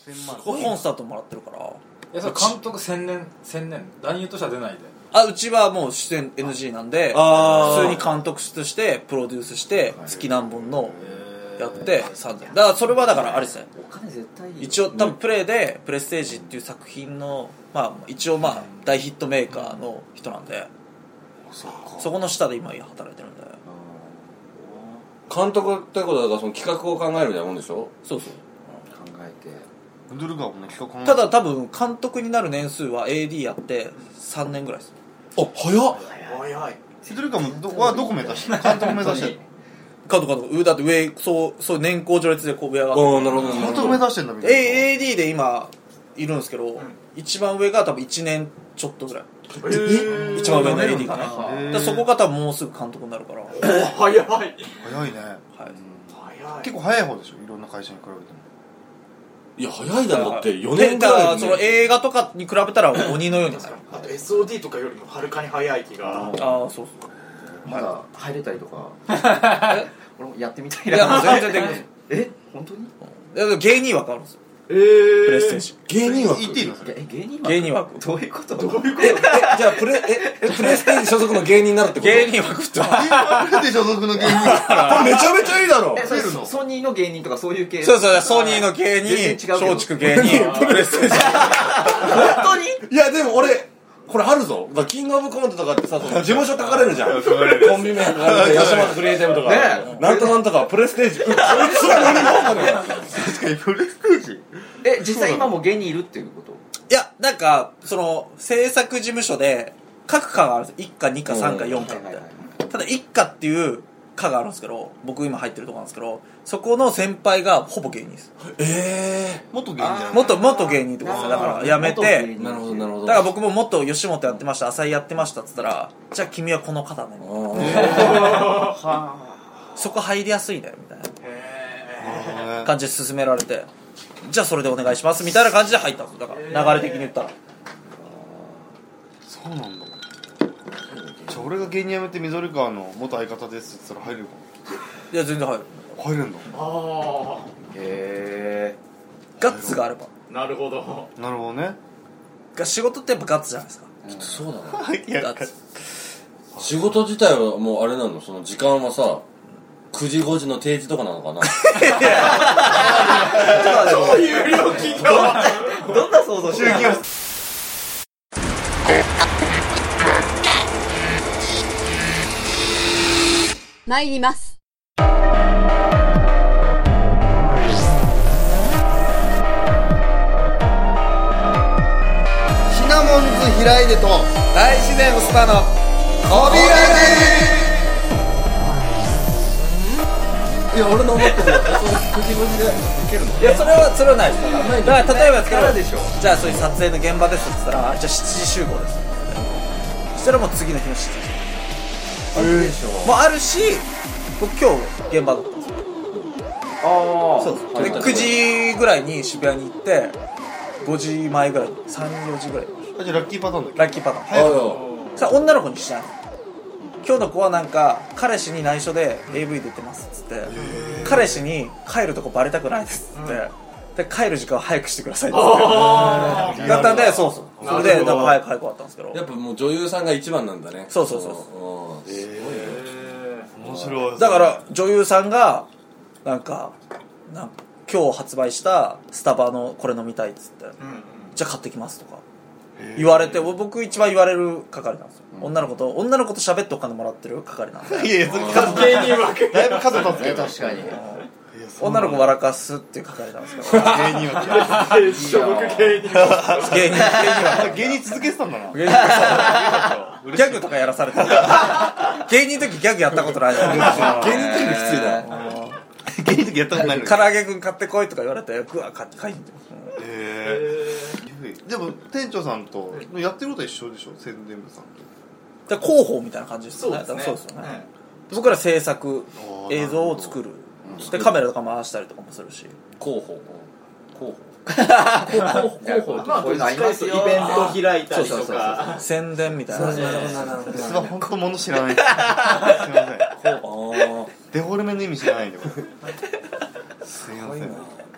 コンスタートもらってるから。 それ監督専念男優としては出ないで。 うちはもう出演 NG なんで、普通に監督としてプロデュースして月何本のやって3000。だからそれはだからあれですね、 お金絶対いい。 一応多分プレステージっていう作品の一応大ヒットメーカーの人なんで、そこの下で今働いてるんで。 監督ってことだからその企画を考えるみたいなもんでしょ。 そうそう。 考えて。 ドゥルガーもね企画考えて。 ただ多分監督になる年数は AD やって3年ぐらいです。 早っ。 早い。 ドゥルガーもどこ目指してる？監督目指してる？ 監督だって上そう年功序列でこう上上がって。 なるほど。 監督目指してんだみたいな。 AD で今いるんですけど、一番上が多分1年ちょっとぐらい。一番上の AD かな。でそこが多分もうすぐ監督になるから。 早いね。 はい。結構早い方でしょ、いろんな会社に比べても。 いや早いだろって4年くらいで、 その映画とかに比べたら鬼のようにですよ。 あと SOD とかよりもはるかに早い気が。 そうまだ入れたりとか。俺もやってみたいな。いやもう全然できる。 本当に？ 芸人枠あるんですよ。プレステージ芸人枠言っていいの？ 芸人枠どういうこと？ じゃあプレステージ所属の芸人になるってこと？ 芸人枠ってプレステ所属の芸人。 これめちゃめちゃいいだろ。 ソニーの芸人とかそういう系。 そうソニーの芸人、松竹芸人、プレステージ。 本当に？ いやでも俺これあるぞ。キングオブコントとかってさ、事務所書かれるじゃん。コンビ名書かれて、吉本クリエイティブとか、なんとなんとかプレステージ。そいつら何もわかんない。 確かにプレステージ。 実際今も芸人いるっていうこと？ いやなんかその制作事務所で各課があるんですよ。1課2課3課4課って。ただ1課っていう課があるんですけど、僕今入ってるとこなんですけど、そこの先輩がほぼ芸人です。 元芸人じゃない？ 元芸人ってことですよ。だから辞めて、 なるほどなるほど。 だから僕ももっと吉本やってました、浅井やってましたっつったら、じゃあ君はこの課だね。そこ入りやすいねみたいな感じで勧められて、じゃあそれでお願いしますみたいな感じで入ったんですよ。だから流れ的に言ったら。 そうなんだ。じゃあ俺が芸人辞めて緑川の元相方ですって言ったら入れるかいや全然入る入れんだ。 ガッツがあれば。 なるほどね。 仕事ってやっぱガッツじゃないですか。 そうだな。 ガッツ。 仕事自体はもうあれなの？その時間はさ9時5時の定時とかなのかな？ そういう料金がどんな想像してるの？ 参ります。 シナモンズ平井でと大自然のスパのコビラいや俺の思ってる9時5時で受けるの？ いやそれはないですだから例えばですけど、 でしょ。 じゃあそういう撮影の現場ですって言ったら、じゃあ7時集合ですそしたらもう次の日の7時もあるし、僕今日現場だったんですよ。そうですで9時ぐらいに渋谷に行って5時前ぐらい 3,4 時ぐらいじゃあラッキーパターンだっけ？ ラッキーパターン。さあ女の子にしない。今日の子はなんか彼氏に内緒で AV 出てますっつって、彼氏に帰るとこバレたくないですっつって、で帰る時間を早くしてくださいっつってだったんで、そうそれでなんか早く終わったんですけど、 やっぱもう女優さんが一番なんだね。 そうすごいね。 面白い。 だから女優さんがなんか今日発売したスタバのこれ飲みたいっつって、じゃあ買ってきますとか言われて、僕一番言われる係なんですよ。女の子と喋ってお金もらってる係なんで。 いやいや、それ芸人枠だいぶ数立つけど。 確かに女の子笑かすっていう係なんですけど。 芸人は所属芸人芸人続けてたんだな。 ギャグとかやらされてる。芸人の時ギャグやったことないじゃん。 芸人の時きついな。 芸人の時やったことないのに。 唐揚げくん買ってこいとか言われて、ぐわ買って帰ってでも店長さんとやってることは一緒でしょ、宣伝部さんと。 広報みたいな感じですよね。そうですよね。僕ら制作映像を作る。でカメラとか回したりとかもするし。 広報まあこういうのありますよ。イベント開いたりとか宣伝みたいな。 実は本当物知らない。すいません。デフォルメの意味知らないんで。すいません。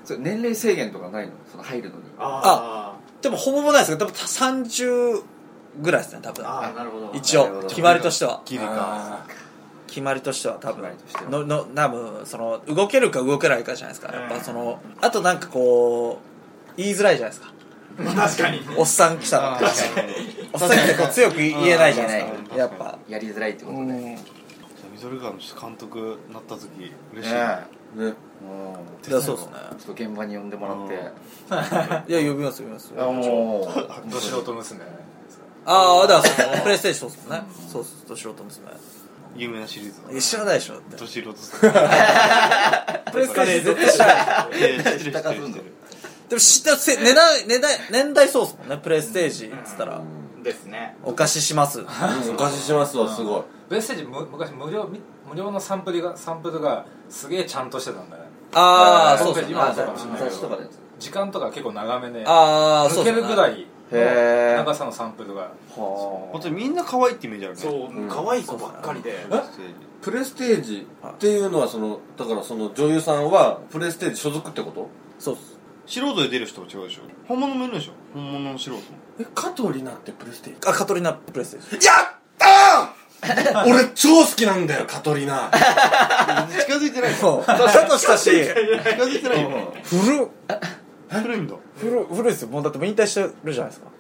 年齢制限とかないの？その入るのに。 でもほぼないですけど、多分30ぐらいですね、多分。 なるほど。 一応決まりとしては。 ギリか。 決まりとしては多分多分その動けるか動けないかじゃないですか。やっぱそのあとなんかこう言いづらいじゃないですか。 確かにおっさん来たらおっさん来てこう強く言えないじゃないですか。やっぱやりづらいってことね。 ミドルガーの監督なった時嬉しいね。 いやそうですね。 ちょっと現場に呼んでもらって。 いや呼びますよ。 もうど素人娘。 だからそうプレイステーションそうですもんね。そうですど素人娘。 有名なシリーズ。 知らないでしょ。 ど素人プレイステーション絶対知らない。 知ってる。 でも知ってる年代そうですもんね。プレイステージっつったらですね。 お貸しします。 お貸ししますわすごい。 プレイステージ昔無料のサンプルがすげえちゃんとしてたんだね。 そうですね。 今そうかもしれないけど時間とか結構長めで抜けるぐらいへ長さのサンプルが。 本当にみんな可愛いってイメージあるね。 そう可愛い子ばっかりで。 プレステージっていうのはだからその女優さんはプレステージ所属ってこと？ そうです。 素人で出る人は違うでしょ。本物もいるでしょ。本物の素人も。 カトリナってプレステージ？ カトリナプレイステージ。 やったー俺超好きなんだよカトリナ。 近づいてない。 そうだとしたし近づいてないよ。古いんだ。 古いですよ。もうだってもう引退してるじゃないですか。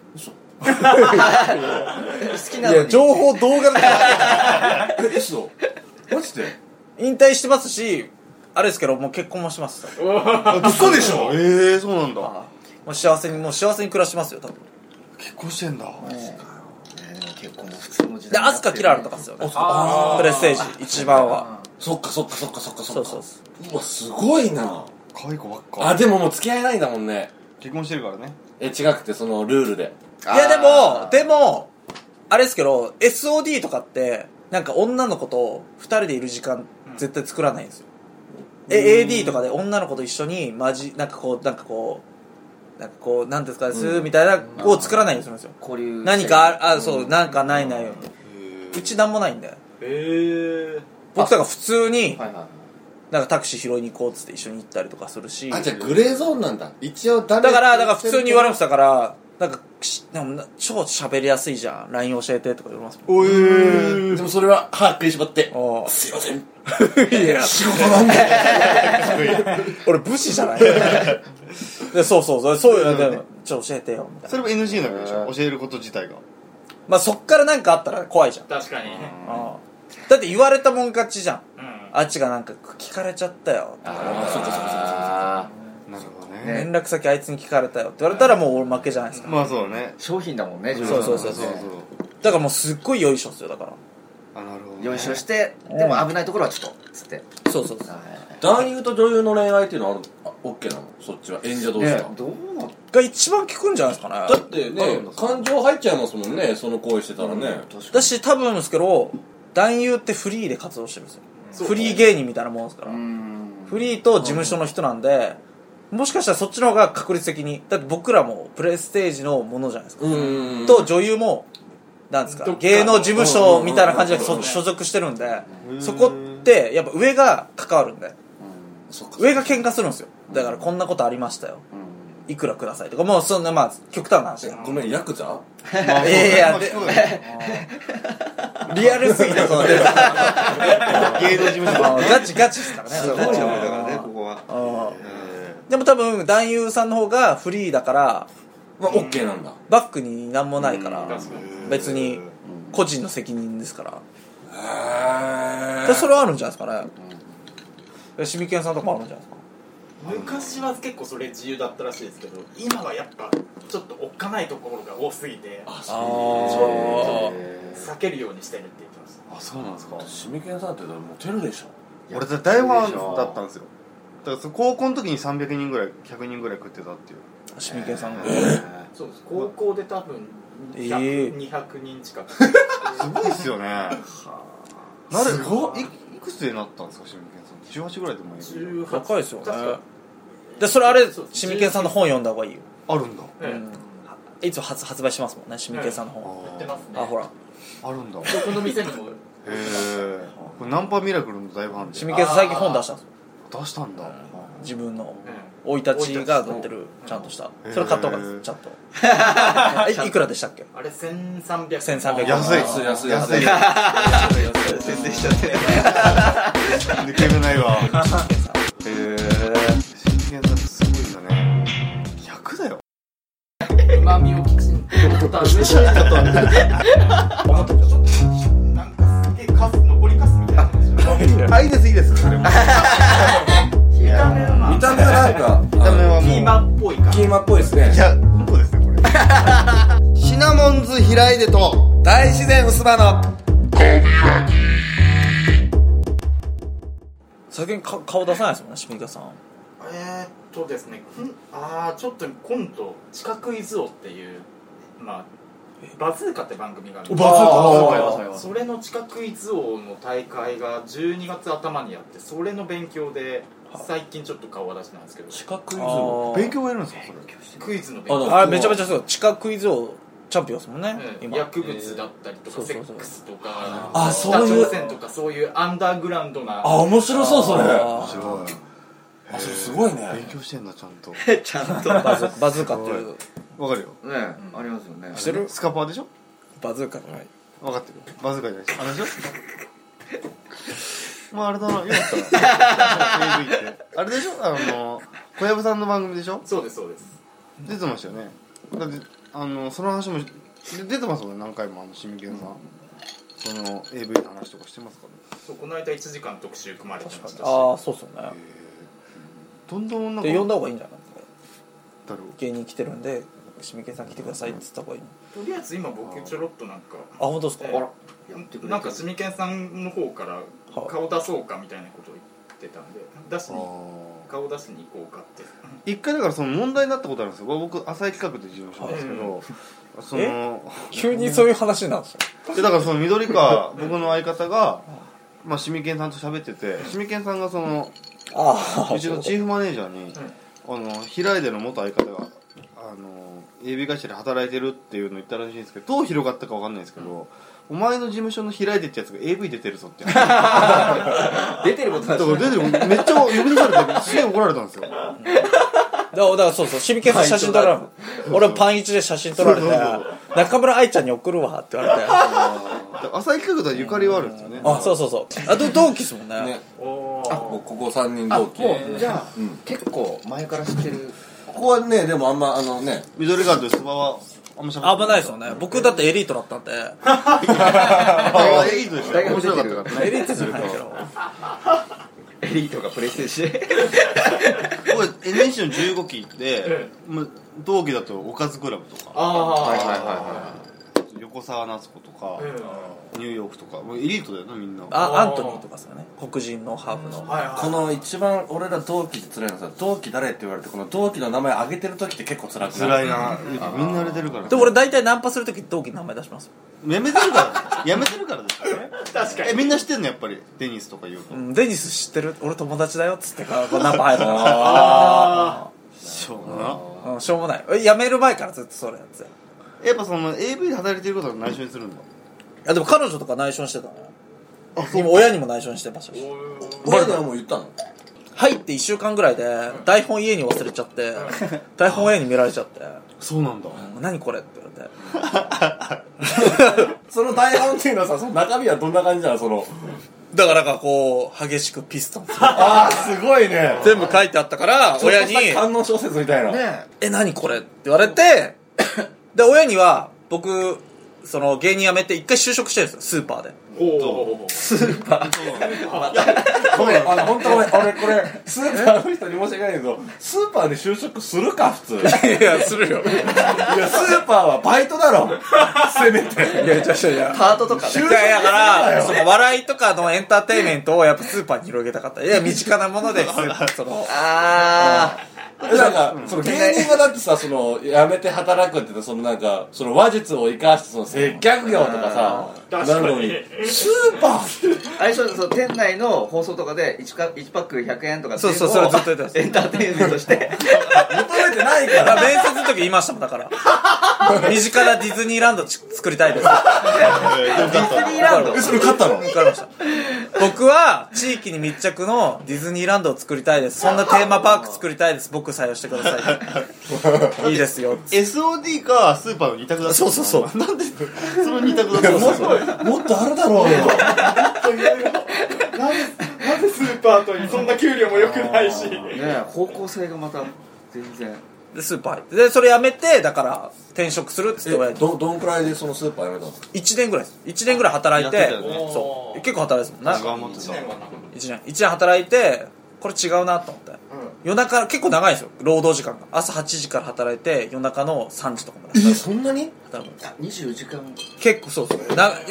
好きなのに。 いや情報動画で嘘？マジで？ 引退してますし、あれですけどもう結婚もします。 嘘でしょ？ そうなんだ。 もう幸せに暮らしてますよ多分。 結婚してんだ。 結婚も普通の時で代。 アスカキララとかですよね。プレイステージ一番は。 そっか。 そう。 うわすごいな。 可愛い子ばっか。 でももう付き合えないんだもんね。 結婚してるからね。 違くてそのルールで。 いやでもあれですけど SOD とかってなんか女の子と2人でいる時間絶対作らないんですよ。AD とかで女の子と一緒になんかこうなんですかみたいな子を作らないようにするんですよ。 交流何かそうなんかないように。うちなんもないんで。僕とか普通になんかタクシー拾いに行こうっつって一緒に行ったりとかするし。 じゃあグレーゾーンなんだ。一応だから普通に言われましたから、なんかでも超喋りやすいじゃん。 LINE 教えてとか言われますもん。 でもそれは歯食いしばってすいませんいや仕事なんだ俺武士じゃないでそういうのでちょっと教えてよみたいな。 それも NG なわけでしょ。教えること自体が。 まあそっからなんかあったら怖いじゃん。 確かに。 だって言われたもん勝ちじゃん。あっちがなんか聞かれちゃったよとか。 そっかなるほどね。 連絡先あいつに聞かれたよって言われたらもう俺負けじゃないですか。 まあそうだね。 商品だもんね。 そうだからもうすっごいよいしょっすよ。だからなるほど。 よいしょしてでも危ないところはちょっとつって。 そう男優と女優の恋愛っていうのはOK なの？そっちは演者同士はどうなのが一番聞くんじゃないですかね。 だってね感情入っちゃいますもんね、その行為してたらね。 だし多分ですけど男優ってフリーで活動してるんですよ。フリー芸人みたいなもんですから。フリーと事務所の人なんで、もしかしたらそっちの方が確率的に、だって僕らもプレイステージのものじゃないですか。と女優もなんですか芸能事務所みたいな感じで所属してるんで、そこってやっぱ上が関わるんで、上が喧嘩するんですよ。だからこんなことありましたよ、いくらくださいとか、もうそんなまあ極端な話で。 ごめんヤクザ？ いやリアルすぎてその芸能事務所ガチですからね。 ガチだからねここは。 でも多分男優さんの方がフリーだから OK なんだ。 バックになんもないから別に個人の責任ですから。それはあるんじゃないですかね。シミケンさんとかもあるんじゃないですか。 昔は結構それ自由だったらしいですけど、今はやっぱちょっとおっかないところが多すぎて避けるようにしてるって言ってました。 あ、そうなんですか。 シミケンさんってモテるでしょ。 俺大ファンだったんですよ。だから高校の時に300人ぐらい100人ぐらい食ってたっていう。 シミケンさんがそうです。高校で多分200人近く。 すごいっすよね。すごい。いくつでなったんですか、シミケンさん。18ぐらいでもいい。 若いですよね。でそれあれシミケンさんの本読んだ方がいいよ。 あるんだ。 いつも発売しますもんね、シミケンさんの本。 売ってますね。 あ、ほらあるんだ。 どこの店にも。 へえ。これナンパミラクルの大ファンで。 シミケンさん最近本出したんですよ。 出したんだ。 自分の。 生い立ちが載ってるちゃんとしたそれ買った方がいいですちゃんといくらでしたっけ？ あれ1300 1300 安い安い全然しちゃって抜け目ないわ。真剣さんすごいんだね。100だよ。 旨味をきちんと取った上でちょっとなんかすげえカス残りカスみたいな感じ。 あ、いいですいいです。それも見た目はまあ見た目はなんか見た目はもうキーマっぽい感じ。 キーマっぽいですね。 いや、うんこですねこれ。シナモンズ平出と大自然薄葉の最近顔出さないですもんね、シミカさん。 ですね、ちょっと今度地下クイズ王っていうまあバズーカって番組があるんですそれの地下クイズ王の大会が12月頭にあってそれの勉強で最近ちょっと顔出しなんですけど地下クイズを勉強がやるんですかそれ。 クイズの勉強あれめちゃめちゃすごい地下クイズ王チャンピオンですもんね、今薬物だったりとかセックスとかそう北いう朝鮮とかそういうアンダーグラウンドな面白そうそれ。 面白い。 それすごいね。 勉強してんだちゃんと。 ちゃんとバズーカっていうわかるよ。 ねありますよね。 知ってる？ スカパーでしょ。 バズーカじゃないわかってる。バズーカじゃないし。あれでしょ。まああれだな、よかったな。AV ってあれでしょ。小籔さんの番組でしょ。 そうですそうです出てましたよね。だってその話も出てますもんね。何回もシミケンさんその AV の話とかしてますからね。 そうこの間1時間特集組まれてましたしそうっすよね。 どんどんなんかで呼んだ方がいいんじゃないですか。 誰を芸人来てるんでシミケンさん来てくださいって言った方がいいの。 とりあえず今僕ちょろっとなんか本当ですか。 なんかシミケンさんの方から顔出そうかみたいなことを言ってたんで顔出しに行こうかって一回だからその問題になったことあるんですよ。僕浅井企画で事務所なんですけど、その急にそういう話なんですよ。 でだからその緑川僕の相方がまあシミケンさんと喋ってて、シミケンさんがそのうちのチーフマネージャーに平出の元相方がAV 会社で働いてるっていうのを言ったらしいんですけど、どう広がったかわかんないですけど、お前の事務所の平出ってやつが AV 出てるぞって出てることなんだから出てるめっちゃ呼び出されてすげえ怒られたんですよ。 だからそうシミケンさん写真撮られる。俺パン1で写真撮られて中村愛ちゃんに送るわって言われて浅井企画とはゆかりはあるんですよね。 そうあと同期ですもんね。 ここ3人同期。 じゃあ結構前から知ってる。 ここはねでもあんま緑川とスパはあんましゃべって危ないですよね。僕だってエリートだったんで。 エリートでしょ。 大学面白かった出てるからね。 エリートじゃないけど。 エリートがプレイステーション。 僕 NSC の15期で同期だとおかずクラブとか横澤夏子とかニューヨークとかエリートだよなみんな。 アントニーとかですよね。黒人のハーフの。 この一番俺ら同期で辛いのさ、同期誰って言われてこの同期の名前挙げてる時って結構辛くない？ 辛いな。みんな売れてるから。 で俺大体ナンパするとき同期の名前出しますよ。 やめてるからですよね。 確かにみんな知ってんのやっぱりデニスとか言うと。 デニス知ってる？俺友達だよっつってナンパ入るの。 しょうがな。 しょうもない。辞める前からずっとそれやってた。 やっぱその AV で働いてることは内緒にするんだ。 でも彼女とか内緒にしてたのよ。今親にも内緒にしてましたし。 親にはもう言ったの？ 入って1週間ぐらいで台本家に忘れちゃって台本親に見られちゃって、 そうなんだ。 何これって言われてその台本っていうのはさ、その中身はどんな感じなの？ だからなんかこう激しくピストンすごいね。 全部書いてあったから親に観音小説みたいな。 何これって言われてで親には僕その芸人辞めて一回就職してるんですよスーパーで。 スーパーごめん本当ごめん俺これスーパーの人に申し訳ないけどスーパーで就職するか普通。 いやするよ。 いやスーパーはバイトだろせめて。 いやパートとかね。 いやだからその笑いとかのエンターテインメントをやっぱスーパーに広げたかった。いや身近なものでそのなんかその芸人がだってさその辞めて働くってそのなんかその話術を生かしてその接客業とかさなのにスーパーってあれそう店内の放送とかで1パック100円とかっていうのをそうそれずっと言ってますエンターテインメントして求めてないから。 面接の時言いましたもんだから身近なディズニーランド作りたいです。 ディズニーランドそれ勝ったの？ 受かりました。 僕は地域に密着のディズニーランドを作りたいです。そんなテーマパーク作りたいです。僕採用してください。いいですよ。 SOD かスーパーの二択だった。 そうそうそう。 なんでその二択だったの？ もっとあるだろうよ。 なぜスーパーとそんな給料も良くないしね、方向性がまた全然でスーパー入ってでそれやめてだから転職するっつって親にどんくらいでそのスーパー辞めたの 1年ぐらいです1年ぐらい働いて、 やってたよねそう結構働いてたもんな頑張ってた。 1年働いてこれ違うなと思って、夜中結構長いんですよ労働時間が朝8時から働いて夜中の3時とかまでそんなに働くんです 24時間結構そうです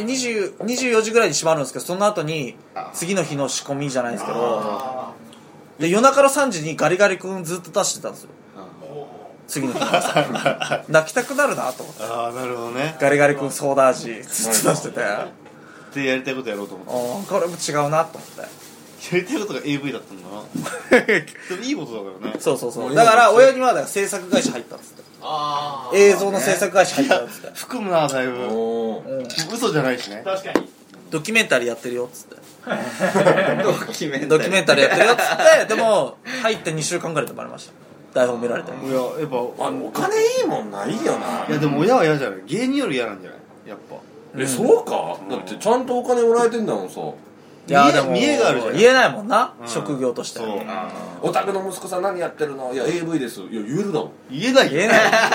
24時ぐらいに閉まるんですけどその後に次の日の仕込みじゃないですけどで夜中の3時にガリガリ君ずっと出してたんですよ次の日の朝泣きたくなるなと思ってああなるほどね。 ガリガリ君ソーダ味ずっと出しててでやりたいことやろうと思って。 これも違うなと思ってやりたいことが AV だったんだな。でもいいことだからね。 そうだから親にはだから制作会社入ったんですって映像の制作会社入ったんですって含むなだいぶ。嘘じゃないしね。 確かにドキュメンタリーやってるよっつってドキュメンドキュメンタリーやってるよっつってでも入って2週間ぐらいでバレました台本見られていややっぱお金いいもんないよな。 いやでも親は嫌じゃない。芸人より嫌なんじゃないやっぱ。 そうか、だってちゃんとお金もらえてんだもんさ。 いやでも見栄があるじゃん。 言えないもんな、職業としてそうお宅の息子さん何やってるの？いや AV です。いや言えるだもん。 言えないよ。 言えない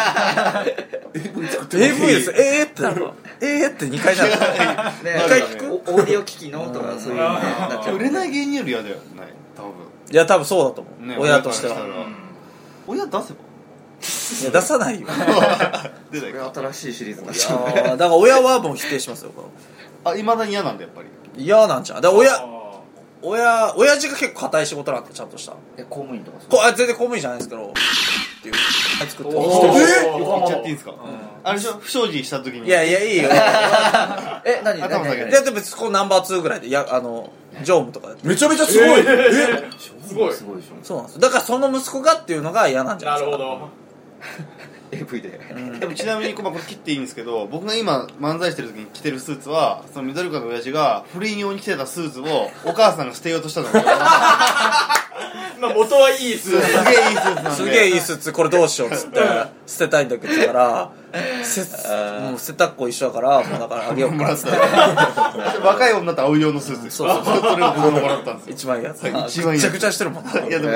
AV 作ってる AV ですってなるのって2回なるの2回聞くオーディオ機器のとかそういうのになっちゃう売れない芸人より嫌だよね多分。 いや多分そうだと思う、 ね親としてはからしたら親出せばいや出さないよ出ないか。 新しいシリーズになっちゃうだから親はもう否定しますよあいまだに嫌なんだやっぱり。 嫌なんじゃんだから親父が結構硬い仕事なんでちゃんとした公務員とか全然公務員じゃないですけどっていう作ってる言っちゃっていいんですか？あれでしょ不祥事した時に。 いやいいよ何頭下げてで別にこうナンバー2ぐらいで常務とかでめちゃめちゃすごい。 すごいすごいでしょそうなんですだからその息子がっていうのが嫌なんじゃなですかないるほど AV ででもちなみにこれ切っていいんですけど僕が今漫才してる時に着てるスーツはその緑川の親父が不倫用に着てたスーツをお母さんが捨てようとしたの。 まあ元はいいスーツすげえいいスーツなんですげえいいスーツこれどうしようっつって捨てたいんだけどだからもう捨てたっ子一緒だからもうだからあげようかっつって若い女と会う用のスーツです。 そうそれを僕がもらったんですよ。 一番いいやつ一番いいやつめちゃくちゃしてるもんないやでもすげえいいス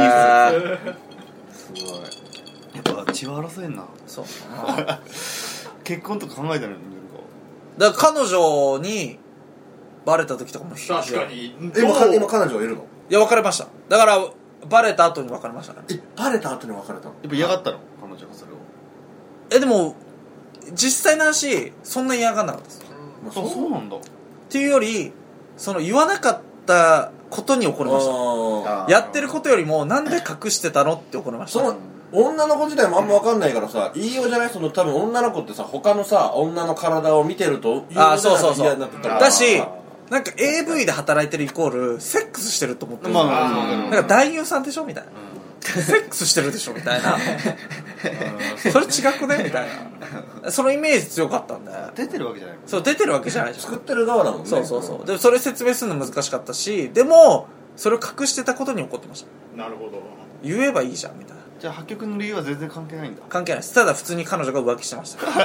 ーツ。 すごいやっぱ血は争えんな。 そう結婚とか考えたのにだから彼女にバレた時とかも確かに今彼女はいるの？ いや別れましただからバレた後に別れましたねバレた後に別れたの？ やっぱ嫌がったの彼女がそれを。 でも実際の話そんな嫌がんなかったですあそうなんだ。 っていうよりその言わなかったことに怒りましたやってることよりもなんで隠してたのって怒りましたその女の子自体もあんま分かんないからさ言いようじゃないその多分女の子ってさ他のさ女の体を見てるとそう嫌になってたらだしなんか AV で働いてるイコールセックスしてると思ってるなんか男優さんでしょみたいなセックスしてるでしょみたいなそれ違くねみたいなそのイメージ強かったんで出てるわけじゃない。 そう出てるわけじゃないじゃん作ってる側だもんね。 そうでもそれ説明するの難しかったしでもそれを隠してたことに怒ってましたなるほど言えばいいじゃんみたいなじゃあ破局の理由は全然関係ないんだ。 関係ないですただ普通に彼女が浮気してました救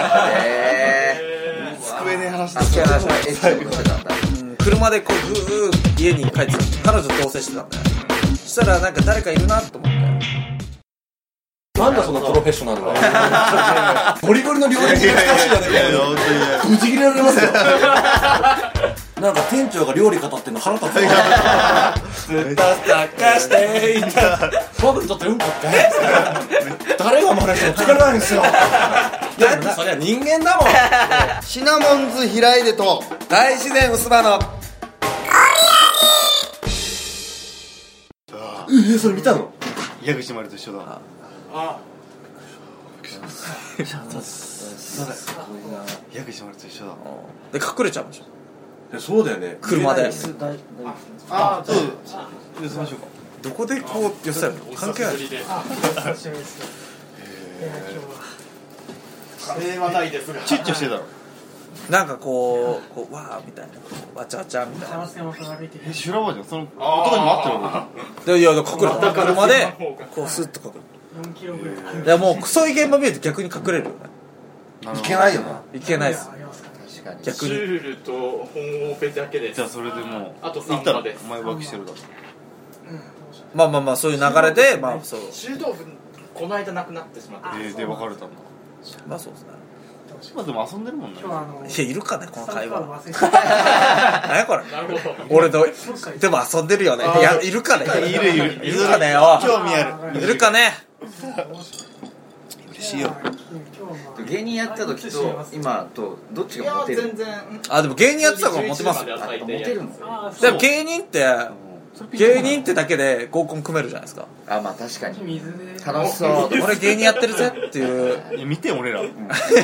えねえ話だ。 エッチなことしてたんだ車でこうグー家に帰ってた彼女と同棲してたんでそしたらなんか誰かいるなと思ってなんだそのプロフェッショナルは。ゴリゴリの料理人が少しじゃねえか。ぶち切れられますよ。なんか店長が料理語ってんの腹立つわ。すたたかしていた僕にとってうんこって誰が真似しても作れないんですよ。だってそりゃ人間だもん。 シナモンズ平出と大自然薄葉のそれ見たの？ 矢口まりと一緒だ。 あ矢口まりと一緒だ。 で隠れちゃいましょそうだよね。 車でそう寄せましょうか。 どこでこう寄せるの関係ないカレーはないですがチュッチュしてたの。 なんかこうわーみたいなわちゃわちゃみたいな。 修羅場じゃん、その男にも合ってる。 いや隠れた車でこうスッと隠れる。いやもうそういう現場見ると逆に隠れるよね。 いけないよな。 いけないです。逆にシュールと本オペだけです。 じゃあそれでもうあと行ったら 3ですお前浮気してるだろ。 まあそういう流れでまあそう修道部この間亡くなってしまってで別れたんだ。 まあそうですね。 まあでも遊んでるもんね。 いやいるかねこの会話。何やこれ。 なるほど。 俺とでも遊んでるよね。いやいるかね。 いるいるかねよ。 興味ある。 いるかね。 嬉しいよ。 芸人やった時と今とどっちがモテる？ 全然。 でも芸人やってたからモテますよ。 モテるんですよ。 でも芸人ってだけで合コン組めるじゃないですか。 まあ確かに楽しそう。 俺芸人やってるぜっていう。 いや見て俺ら。 いや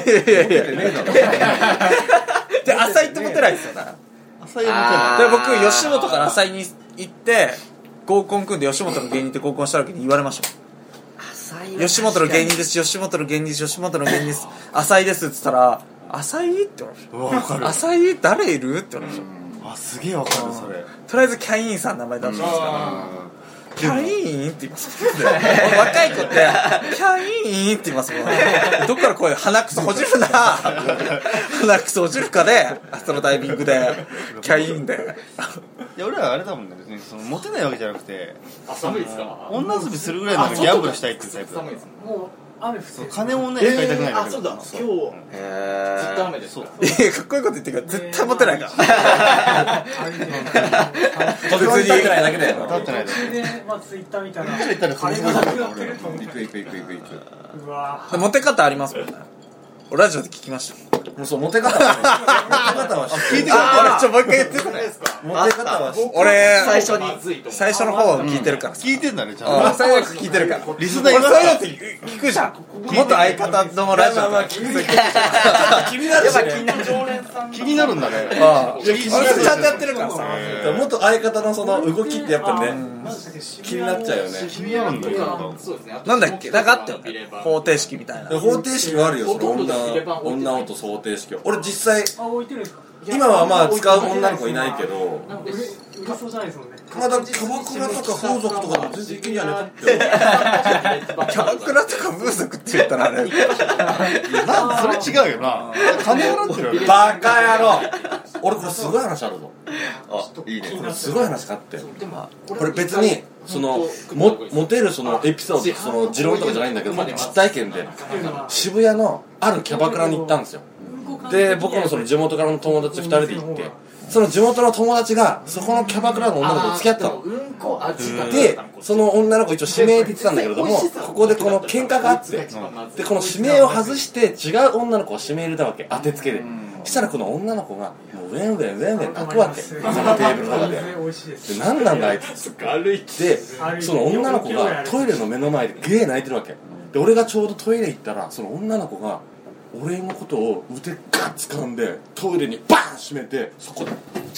で浅井ってモテないですよね。 浅井はで僕吉本から浅井に行って合コン組んで吉本の芸人って合コンした時に言われましたもん。吉本の芸人です、吉本の芸人です、吉本の芸人です、浅井ですって言ったら浅井って言われました。浅井誰いるって言われました。 すげえわかるそれ。 とりあえずキャインさんの名前出してますからキャインって言います若い子ってキャインって言いますもん。どっから声鼻くそほじるな鼻くそほじるかでそのタイミングでキャインでいや俺はあれだもんね、別にそのモテないわけじゃなくて寒いですか？ 女遊びするぐらいならギャンブルしたいっていうタイプだ。 寒いです。 もう雨降ってる。 金もね使いたくないだけそうだ。今日ずっと雨です。 いやかっこいいこと言ってるから絶対モテないから別に立ってないだけだよ。 立ってないだそれでまあツイッター見たらけ。ったらそれ金がなくなってると思って。 行く。 うわモテ方ありますもんね。俺ラジオで聞きましたもうそうモテ方は聞いてくもう一回言ってくれ。 モテ方は俺最初に最初の方を聞いてるから聞いてんだねちゃんと。 最後聞いてるからリスナーい俺ますか？ そういうのって聞くじゃん。元相方のラジオ気になるし気になるんだね。 俺ちゃんとやってるからさ。 元相方のその動きってやっぱね気になっちゃうよね。 気になるんだよ。 そうですね。 なんだっけなんかあったよね方程式みたいな。 方程式はあるよ。その女音想定式は俺実際あ置いてるんですか。 今はまあ使う女の子いないけど売れそうじゃないですもんね。 まだキャバクラとか風俗とかでも全然いけんじゃねえってキャバクラとか風俗って言ったらあれそれ違うよな。金払ってるよね。 バカ野郎。 俺これすごい話あるぞ。 いいね。 すごい話があってこれ別にそのモテるそのエピソードその持論とかじゃないんだけど実体験で渋谷のあるキャバクラに行ったんですよ。で僕のその地元からの友達2人で行ってその地元の友達がそこのキャバクラの女の子と付き合ったのでその女の子一応指名って言ってたんだけれどもここでこの喧嘩があってでこの指名を外して違う女の子を指名入れたわけ当てつけでしたらこの女の子がもうウェンウェン泣くわけそのテーブルの中でで何なんだあいつでその女の子がトイレの目の前でゲー泣いてるわけで俺がちょうどトイレ行ったらその女の子が俺のことを腕ガッ掴んでトイレにバーン閉めてそこで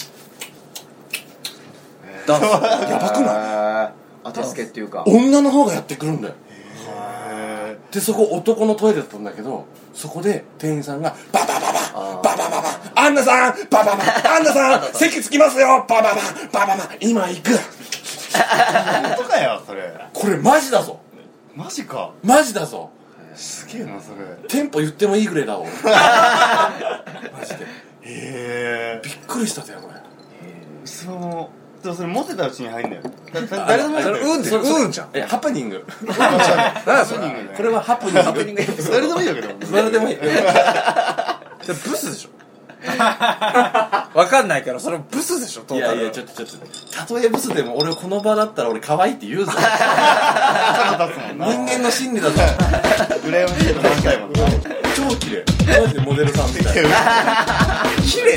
ダンスやばくない当てつけっていうか女の方がやってくるんだよでそこ男のトイレだったんだけどそこで店員さんがババババババババアンナさんバババアンナさん席着きますよババババババ今行く本当かよそれ。 これマジだぞマジか。 マジだぞすげえなそれ。 テンポ言ってもいいぐらいだわ俺マジでびっくりしたぜこれそのでもそれモテたうちに入んだよ。誰でもいいんだよ。 うんじゃん。 ハプニング何それ。 これはハプニング誰でもいいよけど。 誰でもいいブスでしょわかんないからそれブスでしょトータル。 いやいやちょっとたとえブスでも俺この場だったら俺可愛いって言うぞ人間の心理だぞ羨ましいと思いたいもんな。 超綺麗マジでモデルさんみたい綺麗。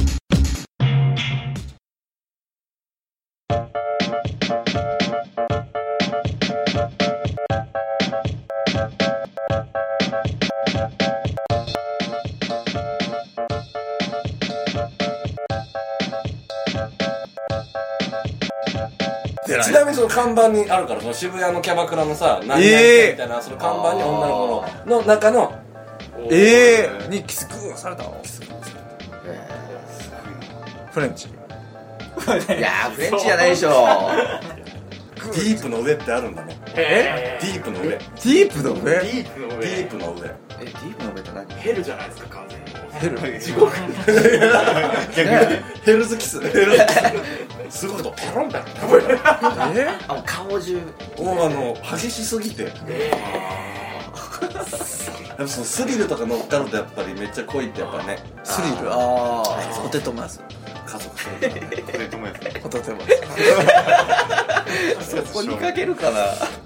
ちなみにその看板にあるからその渋谷のキャバクラのさ何々みたいなその看板に女の子の中のにキスグーされたの。 フレンチ。 いやーフレンチじゃないでしょ。 ディープの上ってあるんだね。 えディープの上。 ディープの上？ ディープの上。 ディープの上。 ディープの上って何？ ヘルじゃないですか完全に。 ヘル。 地獄。 ヘルズキス。すごいことペロンペロン。 あ、もう顔中。 もう激しすぎて。やっぱそのスリルとか乗っかるとやっぱりめっちゃ濃いってやっぱね。 スリル。ポテトマス。 家族これともやつねポテトマス。 そこにかけるかな。